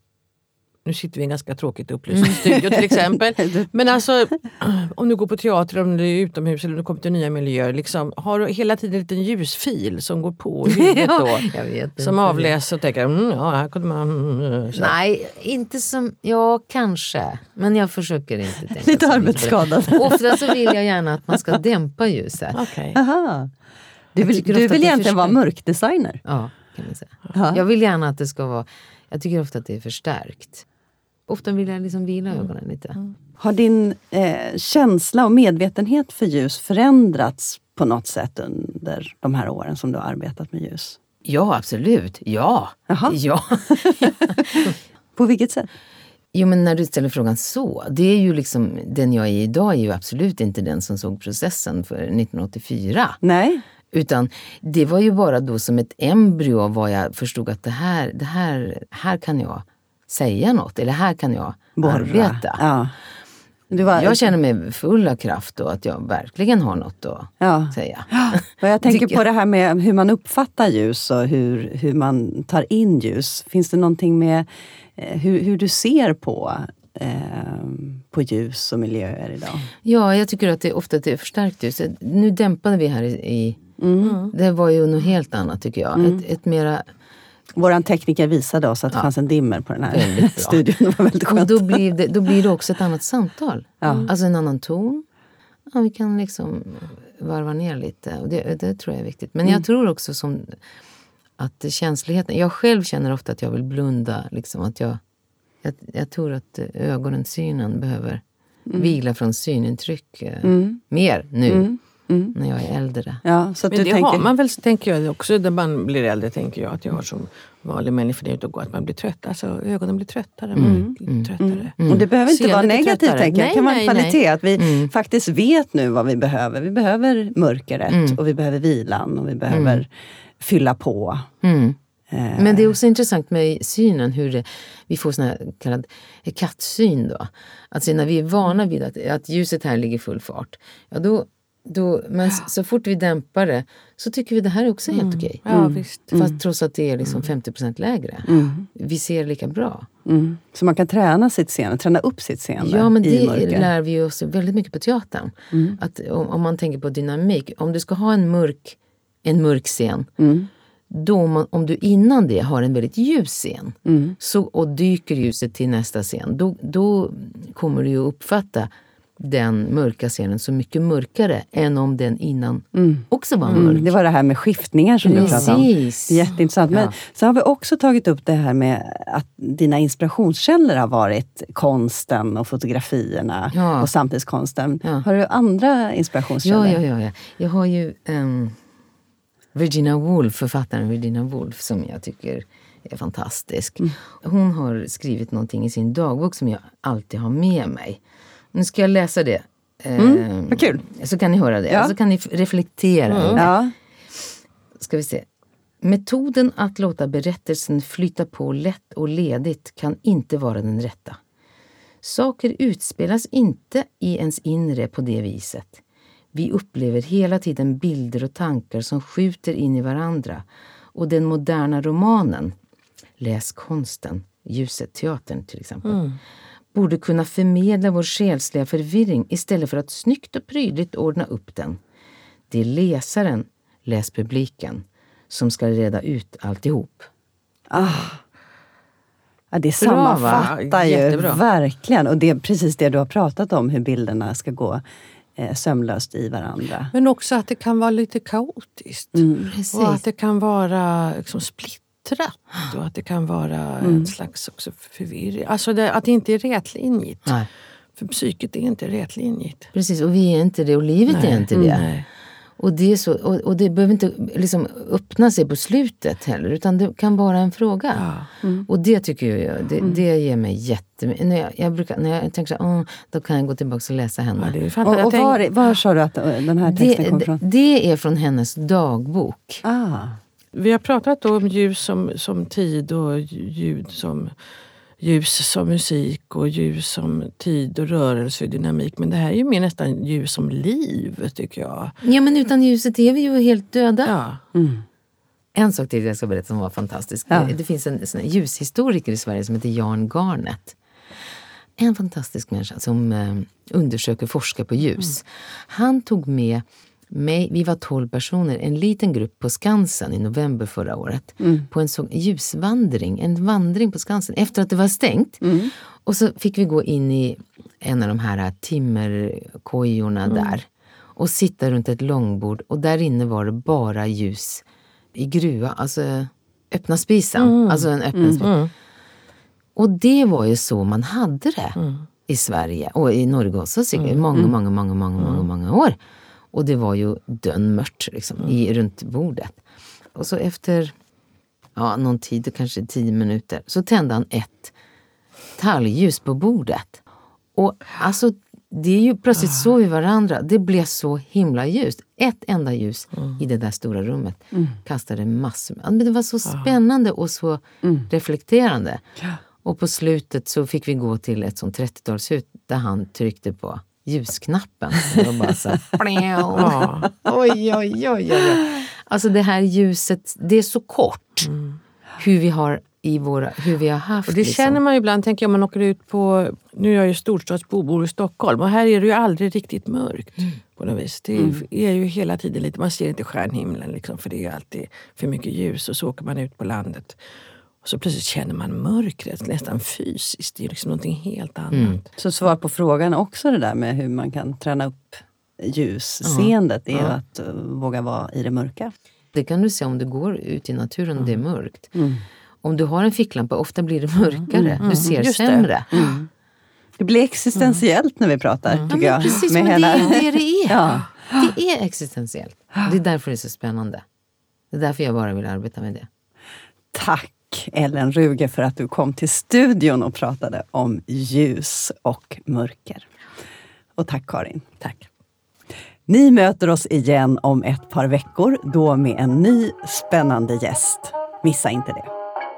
Nu sitter vi i en ganska tråkigt upplyst studio till exempel. Men alltså, om du går på teater, om du är utomhus eller om du kommer till nya miljöer. Liksom, har du hela tiden en liten ljusfil som går på i huvudet då? Jag vet som avläser och tänker, här kunde man... Nej, inte som... Ja, kanske. Men jag försöker inte tänka lite arbetsskadad. Ofta så vill jag gärna att man ska dämpa ljuset. Okay. Aha. Du vill egentligen vara mörkdesigner? Ja, kan man säga. Jag vill gärna att det ska vara... Jag tycker ofta att det är förstärkt. Ofta vill jag liksom vila ögonen lite. Har din känsla och medvetenhet för ljus förändrats på något sätt under de här åren som du har arbetat med ljus? Ja, absolut. Ja. Jaha. Ja. På vilket sätt? Jo, men när du ställer frågan så, det är ju liksom, den jag är idag är ju absolut inte den som såg processen för 1984. Nej. Utan det var ju bara då som ett embryo av vad jag förstod att här kan jag säga något, eller här kan jag arbeta. Ja. Jag känner mig full av kraft och att jag verkligen har något att säga. Och jag tänker på det här med hur man uppfattar ljus och hur man tar in ljus. Finns det någonting med hur du ser på ljus och miljöer idag? Ja, jag tycker att det ofta är förstärkt ljus. Nu dämpade vi här i det var ju något helt annat tycker jag. Ett mera... Våran tekniker visade oss att det fanns en dimmer på den här studion. Det var väldigt skönt. Och då blir det också ett annat samtal. Alltså en annan ton. Ja, vi kan liksom varva ner lite. Och det tror jag är viktigt. Men jag tror också att känsligheten... Jag själv känner ofta att jag vill blunda. Liksom, att jag tror att synen behöver vila från synintryck mer nu. När jag är äldre. Ja, så att men du har man väl, tänker jag också, när man blir äldre, tänker jag att jag har som vanlig människa ut och gå att man blir trött. Alltså ögonen blir tröttare, man blir tröttare. Och det behöver inte vara negativt, tänker jag. Det kan vara en kvalitet. Nej. Att vi faktiskt vet nu vad vi behöver. Vi behöver mörkret och vi behöver vilan och vi behöver fylla på. Men det är också intressant med synen hur vi får sån här kallad kattsyn då. Alltså när vi är vana vid att ljuset här ligger full fart. Ja, men så fort vi dämpar det så tycker vi det här är också helt okej. Ja, visst. Fast trots att det är liksom 50% lägre. Vi ser lika bra. Så man kan träna upp sitt seende. Ja, men det lär vi oss väldigt mycket på teatern. Att om man tänker på dynamik, om du ska ha en mörk scen, då om du innan det har en väldigt ljus scen och dyker ljuset till nästa scen, då kommer du ju uppfatta den mörka scenen så mycket mörkare än om den innan också var mörk. Det var det här med skiftningar som du pratade om. Jätteintressant. Men så har vi också tagit upp det här med att dina inspirationskällor har varit konsten och fotografierna och samtidskonsten. Har du andra inspirationskällor? Ja. Jag har ju författaren Virginia Woolf som jag tycker är fantastisk. Hon har skrivit någonting i sin dagbok som jag alltid har med mig. Nu ska jag läsa det. Vad kul. Så kan ni höra det. Så kan ni reflektera. Ska vi se. Metoden att låta berättelsen flyta på lätt och ledigt kan inte vara den rätta. Saker utspelas inte i ens inre på det viset. Vi upplever hela tiden bilder och tankar som skjuter in i varandra. Och den moderna romanen, läs konsten, ljuset, teatern till exempel, borde kunna förmedla vår själsliga förvirring istället för att snyggt och prydligt ordna upp den. Det är läsaren, läs publiken, som ska reda ut alltihop. Ja, det sammanfattar ju verkligen. Och det är precis det du har pratat om, hur bilderna ska gå sömlöst i varandra. Men också att det kan vara lite kaotiskt. Och att det kan vara liksom splittrat. Och att det kan vara en slags också förvirring. Alltså att det inte är rätlinjigt. Nej. För psyket är inte rätlinjigt. Precis, och vi är inte det och livet är inte det. Nej. Och det är så, och det behöver inte liksom öppna sig på slutet heller, utan det kan vara en fråga. Och det tycker jag, det ger mig jättemycket. När jag tänker så då kan jag gå tillbaka och läsa henne. Ja, och var sa du att den här texten kom från? Det är från hennes dagbok. Vi har pratat om ljus som tid och ljud som ljus som musik och ljus som tid och rörelse och dynamik. Men det här är ju mer nästan ljus som liv, tycker jag. Ja, men utan ljuset är vi ju helt döda. Ja. En sak till jag ska berätta som var fantastisk. Det finns en sån ljushistoriker i Sverige som heter Jan Garnett. En fantastisk människa som undersöker, forskar på ljus. Han tog med mig, vi var 12 personer, en liten grupp på Skansen i november förra året. På en sån ljusvandring, en vandring på Skansen efter att det var stängt. Och så fick vi gå in i en av de här timmerkojorna där och sitta runt ett långbord, och där inne var det bara ljus i gruva, alltså öppna spisen, alltså en öppen spis. Och det var ju så man hade det i Sverige och i Norge också säkert många år. Och det var ju dömört liksom, runt bordet. Och så efter någon tid, kanske 10 minuter, så tände han ett talgljus på bordet. Och alltså, det är ju plötsligt så vi varandra. Det blev så himla ljust. Ett enda ljus i det där stora rummet kastade massor. Men det var så spännande och så reflekterande. Och på slutet så fick vi gå till ett sånt 30-talshus där han tryckte på ljusknappen. Och bara så oj. Alltså det här ljuset, det är så kort. Hur vi har haft. Och det känner man ju ibland, tänker jag, om man åker ut på, nu är jag ju storstadsbo, bor i Stockholm, och här är det ju aldrig riktigt mörkt på något vis. Det är ju hela tiden lite, man ser inte stjärnhimlen liksom, för det är alltid för mycket ljus, och så åker man ut på landet. Och så plötsligt känner man mörkret nästan fysiskt, det är liksom någonting helt annat. Så svar på frågan också, det där med hur man kan träna upp ljusseendet, är att våga vara i det mörka. Det kan du se om du går ut i naturen och det är mörkt. Om du har en ficklampa, ofta blir det mörkare. Du ser sämre. Det blir existentiellt när vi pratar, tycker jag. Precis, med men hela... det är det är. Ja. Det är existentiellt. Det är därför det är så spännande. Det är därför jag bara vill arbeta med det. Tack Ellen Ruge för att du kom till studion och pratade om ljus och mörker. Och tack Karin. Tack. Ni möter oss igen om ett par veckor, då med en ny spännande gäst. Missa inte det.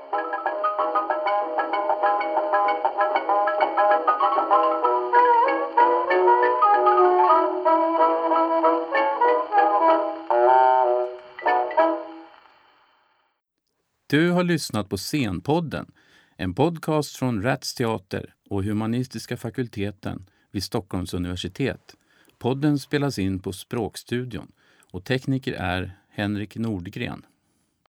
Du har lyssnat på Scenpodden, en podcast från Rats Teater och Humanistiska fakulteten vid Stockholms universitet. Podden spelas in på Språkstudion och tekniker är Henrik Nordgren.